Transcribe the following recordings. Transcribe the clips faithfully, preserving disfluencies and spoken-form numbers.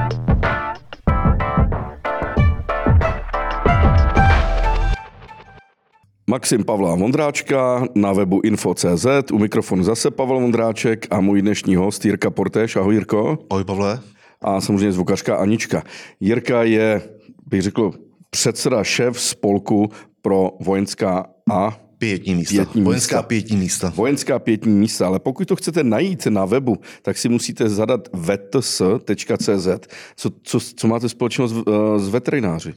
Maxim Pavla Vondráčka na webu info tečka cé zet, u mikrofonu zase Pavel Vondráček a můj dnešní host Jirka Portéš. Ahoj Jirko. Ahoj Pavle. A samozřejmě zvukařka Anička. Jirka je, bych řekl, předseda, šéf spolku pro vojenská a Pětní místa. Pětní Vojenská místa. pětní místa. Vojenská pětní místa, ale pokud to chcete najít na webu, tak si musíte zadat v t s tečka cé zet. Co, co, co máte společného s, s veterináři?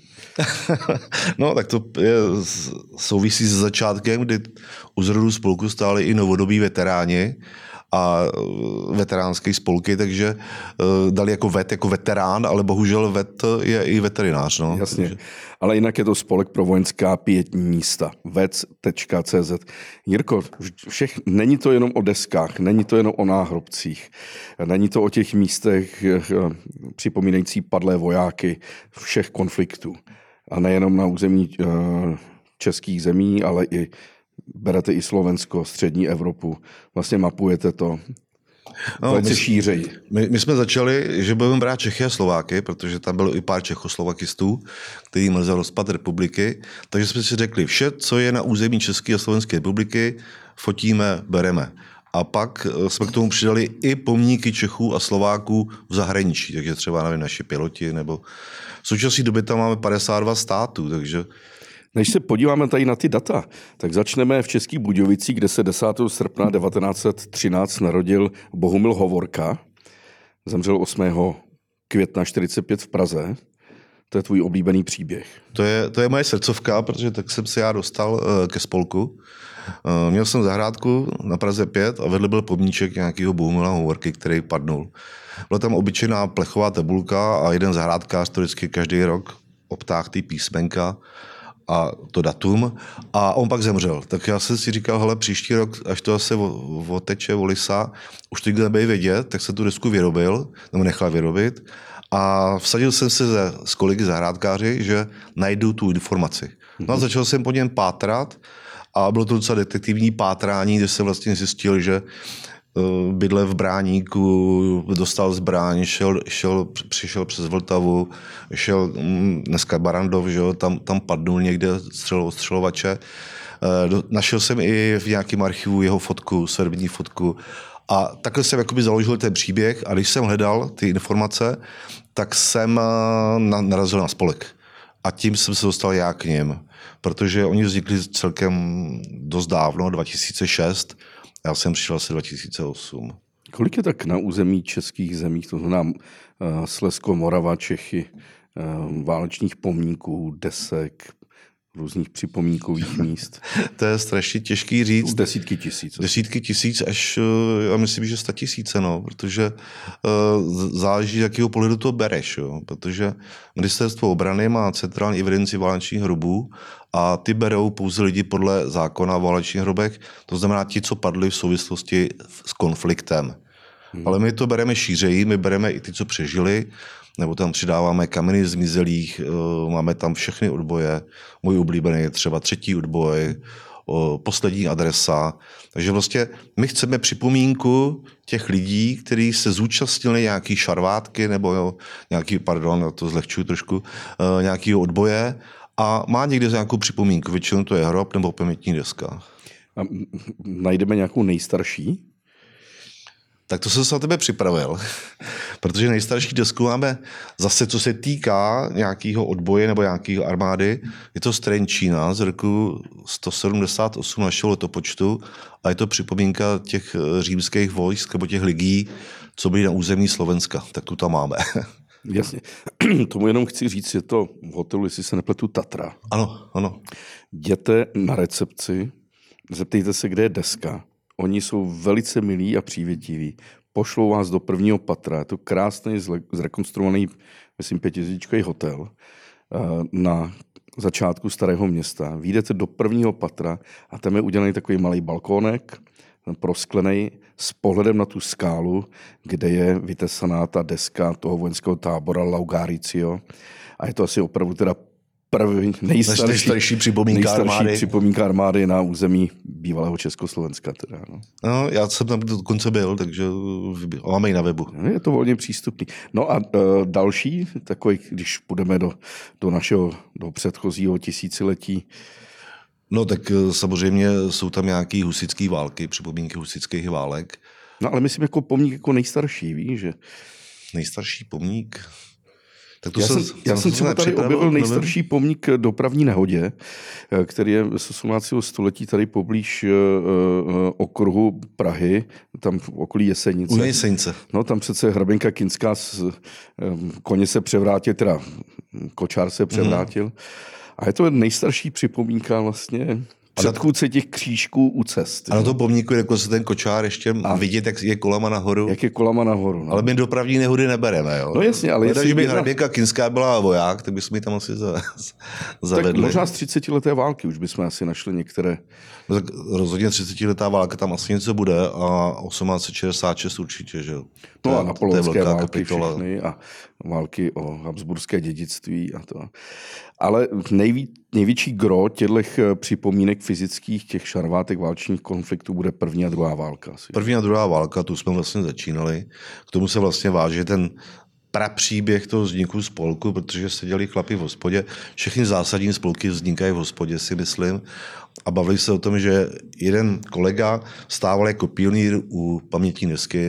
No, tak to je, souvisí s začátkem, kdy u zrodu spolku stáli i novodobí veteráni a veteránské spolky, takže uh, dali jako vet, jako veterán, ale bohužel vet je i veterinář. No. Jasně, Takže... ale jinak je to spolek pro vojenská pětní místa. vec tečka cé zet. Jirko, všech, není to jenom o deskách, není to jenom o náhrobcích, není to o těch místech připomínající padlé vojáky všech konfliktů. A nejenom na území uh, českých zemí, ale i berete i Slovensko, střední Evropu. Vlastně mapujete to. No, my, šířeji. My, my jsme začali, že budeme brát Čechy a Slováky, protože tam bylo i pár Čechoslovakistů, který mrzel rozpad republiky. Takže jsme si řekli, vše, co je na území České a Slovenské republiky, fotíme, bereme. A pak jsme k tomu přidali i pomníky Čechů a Slováků v zahraničí, takže třeba nevím, naši piloti, nebo v současné době tam máme padesát dva států, takže... Než se podíváme tady na ty data, tak začneme v Českých Budějovicích, kde se desátého srpna devatenáct set třináct narodil Bohumil Hovorka. Zemřel osmého května čtyřicet pět v Praze. To je tvůj oblíbený příběh. To je, to je moje srdcovka, protože tak jsem se já dostal uh, ke spolku. Uh, měl jsem zahrádku na Praze pět a vedle byl pomníček nějakého Bohumila Hovorky, který padnul. Byla tam obyčejná plechová tabulka a jeden zahrádkář to vždycky každý rok obtáhl ty písmenka a to datum a on pak zemřel. Tak já jsem si říkal, hele, příští rok, až to zase oteče o lisa, už to nikdo nebude vědět, tak jsem tu desku vyrobil, nebo nechal vyrobit a vsadil jsem se ze, s kolegy zahrádkáři, že najdu tu informaci. No a začal jsem po něm pátrat a bylo to docela detektivní pátrání, kde jsem vlastně zjistil, že bydle v Bráníku, dostal zbraň, šel, šel, přišel přes Vltavu, šel dneska Barandov, že jo, tam, tam padnul někde střel, střelovače. Našel jsem i v nějakém archivu jeho fotku, servisní fotku. A takhle jsem jakoby založil ten příběh a když jsem hledal ty informace, tak jsem narazil na spolek. A tím jsem se dostal já k nim, protože oni vznikli celkem dost dávno, dva tisíce šest. Já jsem přišel asi dva tisíce osm. Kolik je tak na území českých zemí, to znamená uh, Slezsko, Morava, Čechy, uh, válečných pomníků, desek, různých připomínkových míst? To je strašně těžký říct. Desítky tisíc. Desítky tisíc až, já myslím, že sta tisíce, no, protože uh, záleží, z jakého pohledu to bereš, jo, protože Ministerstvo obrany má centrální evidenci válečných hrobů a ty berou pouze lidi podle zákona o válečných hrobech, to znamená ti, co padli v souvislosti s konfliktem. Hmm. Ale my to bereme šířeji, my bereme i ty, co přežili, nebo tam přidáváme kameny zmizelých, máme tam všechny odboje. Můj oblíbený je třeba třetí odboj, poslední adresa. Takže vlastně my chceme připomínku těch lidí, kteří se zúčastnili nějaký šarvátky nebo jo, nějaký, pardon, to zlehčuju trošku, nějaký odboje a má někde nějakou připomínku. Většinou to je hrob nebo pamětní deska. A najdeme nějakou nejstarší? Tak to jsem se na tebe připravil, protože nejstarší desku máme zase, co se týká nějakého odboje nebo nějakého armády, je to z Trenčína z roku sto sedmdesát osm našeho letopočtu a je to připomínka těch římských vojsk nebo těch ligií, co byly na území Slovenska, tak tu tam máme. Jasně. Tomu jenom chci říct, je to v hotelu, jestli se nepletu, Tatra. Ano, ano. Jděte na recepci, zeptejte se, kde je deska. Oni jsou velice milí a přívětiví. Pošlou vás do prvního patra. Je to krásný, zrekonstruovaný, myslím, pětihvězdičkový hotel na začátku Starého Města. Vyjdete do prvního patra a tam je udělaný takový malý balkónek, prosklený s pohledem na tu skálu, kde je vytesaná ta deska toho vojenského tábora Laugaricio. A je to asi opravdu teda první, nejstarší, nejstarší připomínka armády. připomínka armády na území bývalého Československa. Teda, no. No, já jsem tam dokonce byl, takže máme ji na webu. No, je to volně přístupný. No a uh, další, takový, když půjdeme do, do našeho, do předchozího tisíciletí. No tak samozřejmě jsou tam nějaký husitský války, připomínky husitských válek. No ale myslím jako pomník jako nejstarší, víš, že... Nejstarší pomník? Tak to já jsem, jsem, já jsem třeba tady objevil nejstarší nevím. pomník dopravní nehodě, který je z osmnáctého století tady poblíž uh, uh, okruhu Prahy, tam v okolí Jesenice. U Jesenice. No tam přece hraběnka Kinská, z, um, koně se převrátil, teda kočár se převrátil. Mm. A je to nejstarší připomínka vlastně předchůdce těch křížků u cest. A na tom pomníku jako se ten kočár ještě a vidět, jak je kolama nahoru. Jak je kolama nahoru. No. Ale my dopravní nehody nebereme, jo. No jasně, ale jestli... Takže by hraběnka Kinská byla voják, tak bychom ji tam asi zavedli. Tak možná z třicetileté války už bychom asi našli některé. No tak rozhodně třicetiletá válka tam asi něco bude a osmnáct set šedesát šest určitě, že jo. No a napoleonské války kapitola. Všechny a války o habsburské dědictví a to. Ale nejví, největší gro těchto připomínek fyzických, těch šarvátek válčních konfliktů bude první a druhá válka. Asi. První a druhá válka, tu jsme vlastně začínali. K tomu se vlastně váže ten prapříběh toho vzniku spolku, protože seděli chlapi v hospodě. Všechny zásadní spolky vznikají v hospodě, si myslím. A bavili se o tom, že jeden kolega stával jako pionýr u pamětní desky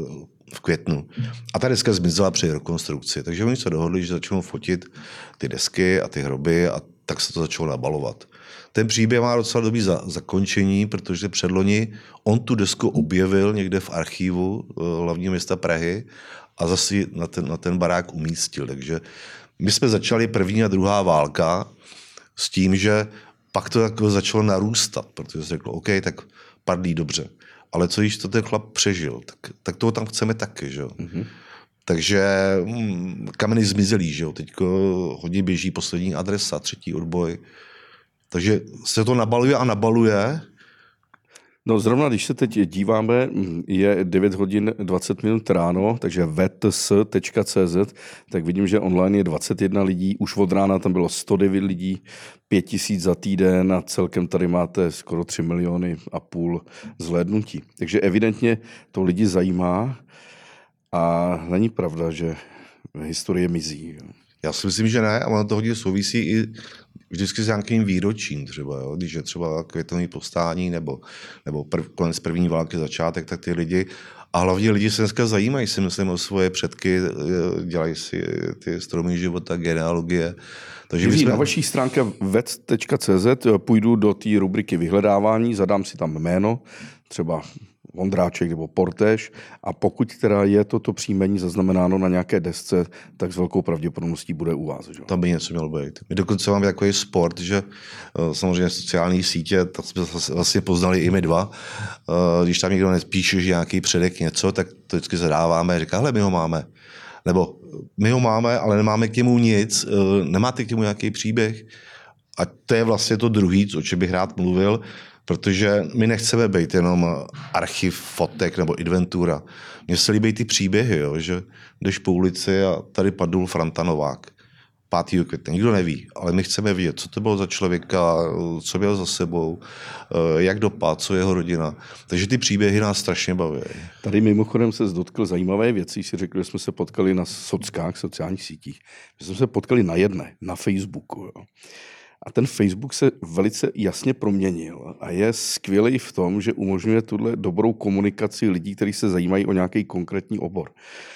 v květnu. A ta deska zmizela při rekonstrukci. Takže oni se dohodli, že začnou fotit ty desky a ty hroby a tak se to začalo nabalovat. Ten příběh má docela dobrý za, zakončení, protože předloni on tu desku objevil někde v archivu hlavního města Prahy a zase na ten, na ten barák umístil. Takže my jsme začali první a druhá válka s tím, že pak to jako začalo narůstat, protože se řeklo, OK, tak padlí dobře. Ale co když to ten chlap přežil, tak, tak toho tam chceme taky, že jo. Mm-hmm. Takže hm, kameny zmizelí, že jo. Teďko hodně běží poslední adresa, třetí odboj. Takže se to nabaluje a nabaluje. No zrovna, když se teď díváme, je devět hodin dvacet minut ráno, takže v t s tečka c z, tak vidím, že online je dvacet jedna lidí, už od rána tam bylo sto devět lidí, pět tisíc za týden a celkem tady máte skoro tři miliony a půl zhlédnutí. Takže evidentně to lidi zajímá a není pravda, že historie mizí. Já si myslím, že ne, a ono to hodně souvisí i vždycky s nějakým výročím třeba, jo? Když je třeba květnový povstání nebo, nebo prv, konec první války, začátek, tak ty lidi, a hlavně lidi se dneska zajímají, si myslím, o svoje předky, dělají si ty stromy života, genealogie. Takže Jiří, jsme... na vaší stránce vec tečka c z půjdu do té rubriky vyhledávání, zadám si tam jméno, třeba Vondráček nebo Portéž a pokud teda je toto příjmení zaznamenáno na nějaké desce, tak s velkou pravděpodobností bude u vás. Že? Tam by něco mělo být. My dokonce máme takový sport, že samozřejmě sociální sítě, tak jsme vlastně poznali i my dva. Když tam někdo nepíše, že nějaký předek něco, tak to vždycky zadáváme a říká, hele, my ho máme. Nebo my ho máme, ale nemáme k němu nic, nemáte k němu nějaký příběh. A to je vlastně to druhý, o čem bych rád mluvil, protože my nechceme být jenom archiv fotek nebo inventura. Mně se líbí ty příběhy, jo, že jdeš po ulici a tady padl Franta Novák. pátého května. Nikdo neví, ale my chceme vědět, co to bylo za člověka, co měl za sebou, jak dopadl, co jeho rodina. Takže ty příběhy nás strašně baví. Tady mimochodem se dotkl zajímavé věci, si řekl, že jsme se potkali na sockách, sociálních sítích. Že jsme se potkali na jedné, na Facebooku. Jo. A ten Facebook se velice jasně proměnil a je skvělý v tom, že umožňuje tuhle dobrou komunikaci lidí, kteří se zajímají o nějaký konkrétní obor.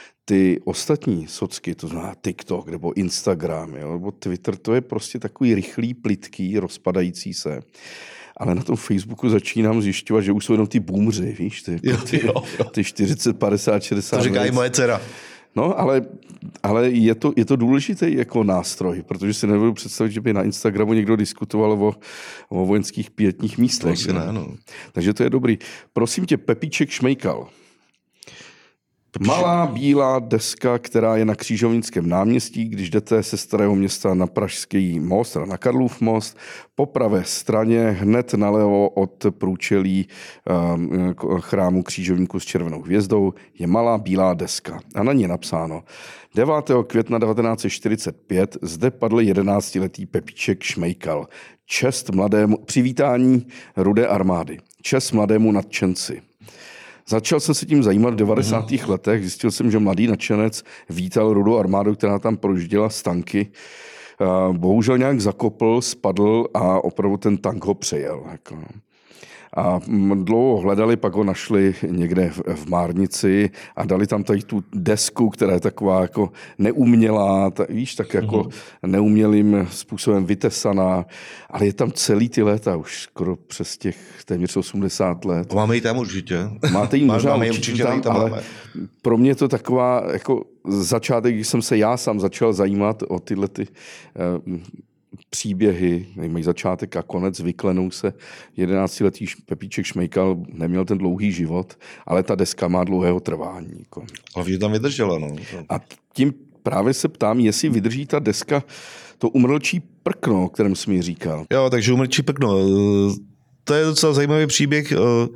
Ty ostatní socky, to znamená TikTok nebo Instagram, jo, nebo Twitter, to je prostě takový rychlý, plytký, rozpadající se. Ale na tom Facebooku začínám zjišťovat, že už jsou jenom ty boomři, víš, ty, jo, ty, jo, jo. ty čtyřicet, padesát, šedesát. To říká i moje dcera. No, ale, ale je, to, je to důležitý jako nástroj, protože si nebudu představit, že by na Instagramu někdo diskutoval o, o vojenských pietních místech. To ne, no. Takže to je dobrý. Prosím tě, Pepíček Šmejkal. Malá bílá deska, která je na Křižovnickém náměstí, když jdete ze Starého Města na Pražský most, na Karlův most, po pravé straně hned nalevo od průčelí um, chrámu Křižovníku s červenou hvězdou je malá bílá deska. A na ní je napsáno: devátého května devatenáct set čtyřicet pět zde padl jedenáctiletý Pepíček Šmejkal. Čest mladému, přivítání Rudé armády. Čest mladému nadšenci. Začal jsem se tím zajímat v devadesátých mm. letech. Zjistil jsem, že mladý nadšenec vítal Rudou armádu, která tam projížděla z tanky. Bohužel nějak zakopl, spadl a opravdu ten tank ho přejel. Jako. A dlouho hledali, pak ho našli někde v Márnici a dali tam tady tu desku, která je taková jako neumělá, tak, víš, tak jako mm. neumělým způsobem vytesaná, ale je tam celý ty léta, už skoro přes těch téměř osmdesát let. Máme ji tam určitě. Máte ji možná máme určitě, určitě tam, tam, ale máme. Pro mě to taková jako začátek, když jsem se já sám začal zajímat o tyhle ty uh, příběhy, mají začátek a konec, vyklenou se. jedenáctiletý Pepíček Šmejkal neměl ten dlouhý život, ale ta deska má dlouhého trvání. Jako. Hlavně tam vydržela. No. A tím právě se ptám, jestli vydrží ta deska to umrlčí prkno, o kterém jsi mi říkal. Jo, takže umrlčí prkno. To je docela zajímavý příběh.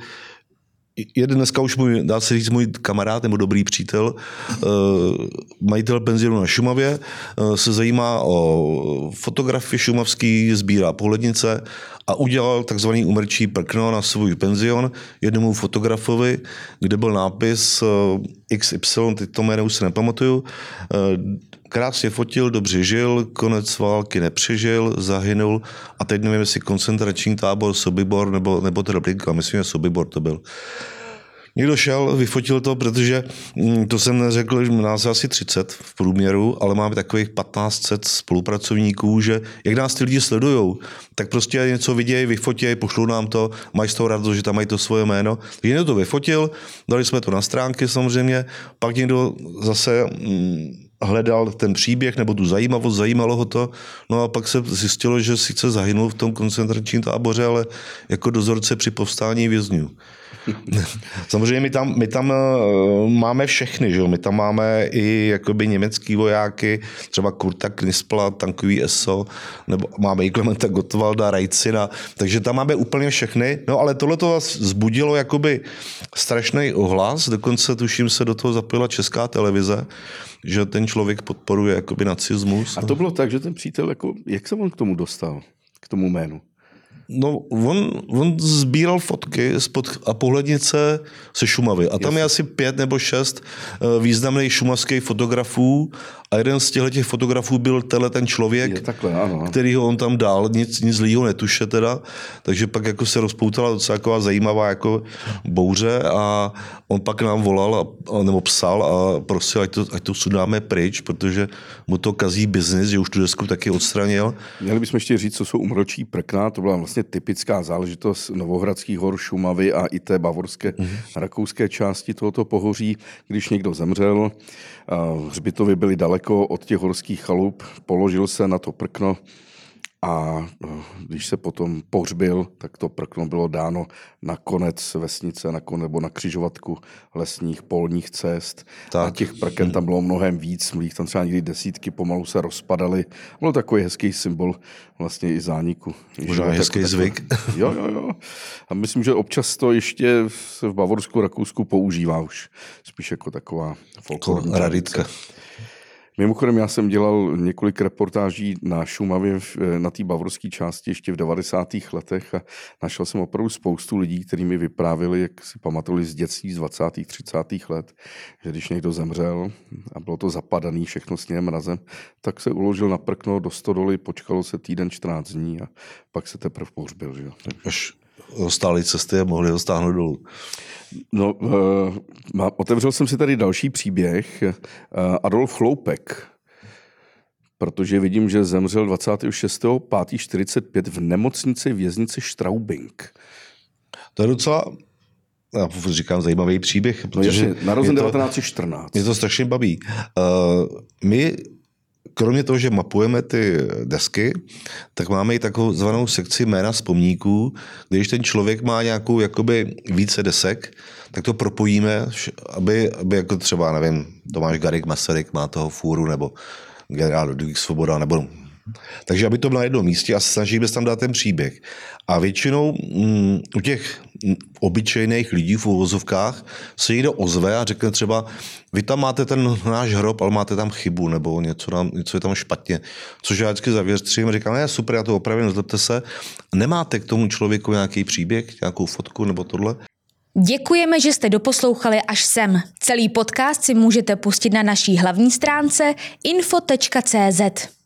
Jeden dneska už můj, dá se říct, můj kamarád nebo dobrý přítel, majitel penzionu na Šumavě, se zajímá o fotografii šumavský, sbírá pohlednice a udělal takzvaný umrčí prkno na svůj penzion jednomu fotografovi, kde byl nápis iks ypsilon, teď to jméno už se nepamatuju, krásně fotil, dobře žil, konec války nepřežil, zahynul a teď nevím, jestli koncentrační tábor, Sobibor nebo, nebo Treblinka, myslím, že Sobibor to byl. Někdo šel, vyfotil to, protože to jsem neřekl, že nás je asi třicet v průměru, ale máme takových patnáct set spolupracovníků, že jak nás ty lidi sledujou, tak prostě něco vidějí, vyfotějí, pošlou nám to, mají z toho radost, že tam mají to svoje jméno. Někdo to vyfotil, dali jsme to na stránky samozřejmě, pak někdo zase hledal ten příběh nebo tu zajímavost, zajímalo ho to, no a pak se zjistilo, že sice zahynul v tom koncentračním táboře, ale jako dozorce při povstání vězňů. Samozřejmě my tam, my tam máme všechny, že jo? My tam máme i jakoby německý vojáky, třeba Kurta Knispla, tankový es o, nebo máme i Klementa Gottwalda, Rajcina, takže tam máme úplně všechny, no ale tohle to vás vzbudilo jakoby strašný ohlas, dokonce tuším se do toho zapojila Česká televize, že ten člověk podporuje jakoby nacismus. A to bylo tak, že ten přítel, jako, jak se on k tomu dostal, k tomu jménu? No, on, on sbíral fotky spod a pohlednice se Šumavy. A tam Jasně. je asi pět nebo šest významných šumavských fotografů a jeden z těchto fotografů byl tenhle ten člověk, takhle, ano. který ho on tam dal, nic, nic zlýho netuše teda, takže pak jako se rozpoutala docela taková zajímavá jako bouře a on pak nám volal a, nebo psal a prosil, ať to, ať to sudáme pryč, protože mu to kazí biznis, že už tu desku taky odstranil. Měli bychom ještě říct, co jsou umrlčí prkna, to byla vlastně typická záležitost Novohradských hor, Šumavy a i té bavorské, mm-hmm. rakouské části tohoto pohoří, když někdo zemřel, hřbitovy byly daleko od těch horských chalup, položil se na to prkno a když se potom pohřbil, tak to prkno bylo dáno na konec vesnice, na kon, nebo na křižovatku lesních polních cest. Tak. A těch prken tam bylo mnohem víc, byly tam třeba někdy desítky, pomalu se rozpadaly. Byl takový hezký symbol vlastně i zániku. Možná hezký jako zvyk. Jo, jo, jo. A myslím, že občas to ještě v Bavorsku, Rakousku používá už. Spíš jako taková folklorní raritka. Mimochodem, já jsem dělal několik reportáží na Šumavě, na té bavorské části ještě v devadesátých letech a našel jsem opravdu spoustu lidí, kteří mi vyprávěli, jak si pamatovali z dětství z dvacátých třicátých let, že když někdo zemřel a bylo to zapadaný všechno sněhem mrazem, tak se uložil na prkno do stodoly, počkalo se týden, čtrnáct dní a pak se teprve pohřbil. Že? Až dostali cesty a mohli ho stáhnout dolů. No, uh, otevřel jsem si tady další příběh. Uh, Adolf Chloupek, protože vidím, že zemřel dvacátého šestého pátého čtyřicet pět v nemocnici věznici Straubing. To je docela, já říkám, zajímavý příběh. No jasně, narozen devatenáct set čtrnáct. Mě to strašně baví. Uh, my kromě toho, že mapujeme ty desky, tak máme i takovou zvanou sekci jména vzpomínků, když ten člověk má nějakou jakoby více desek, tak to propojíme, aby, aby jako třeba, nevím, Tomáš Garrigue Masaryk má toho fůru, nebo generál Ludvík Svoboda, nebo takže aby to bylo na jednom místě a snažíme se tam dát ten příběh. A většinou mm, u těch obyčejných lidí v uvozovkách se někdo ozve a řekne třeba, vy tam máte ten náš hrob, ale máte tam chybu, nebo něco, tam, něco je tam špatně. Což já vždycky zavěřím a říkám, ne, super, já to opravím, nezlepte se. Nemáte k tomu člověku nějaký příběh, nějakou fotku nebo tohle? Děkujeme, že jste doposlouchali až sem. Celý podcast si můžete pustit na naší hlavní stránce info tečka cé zet.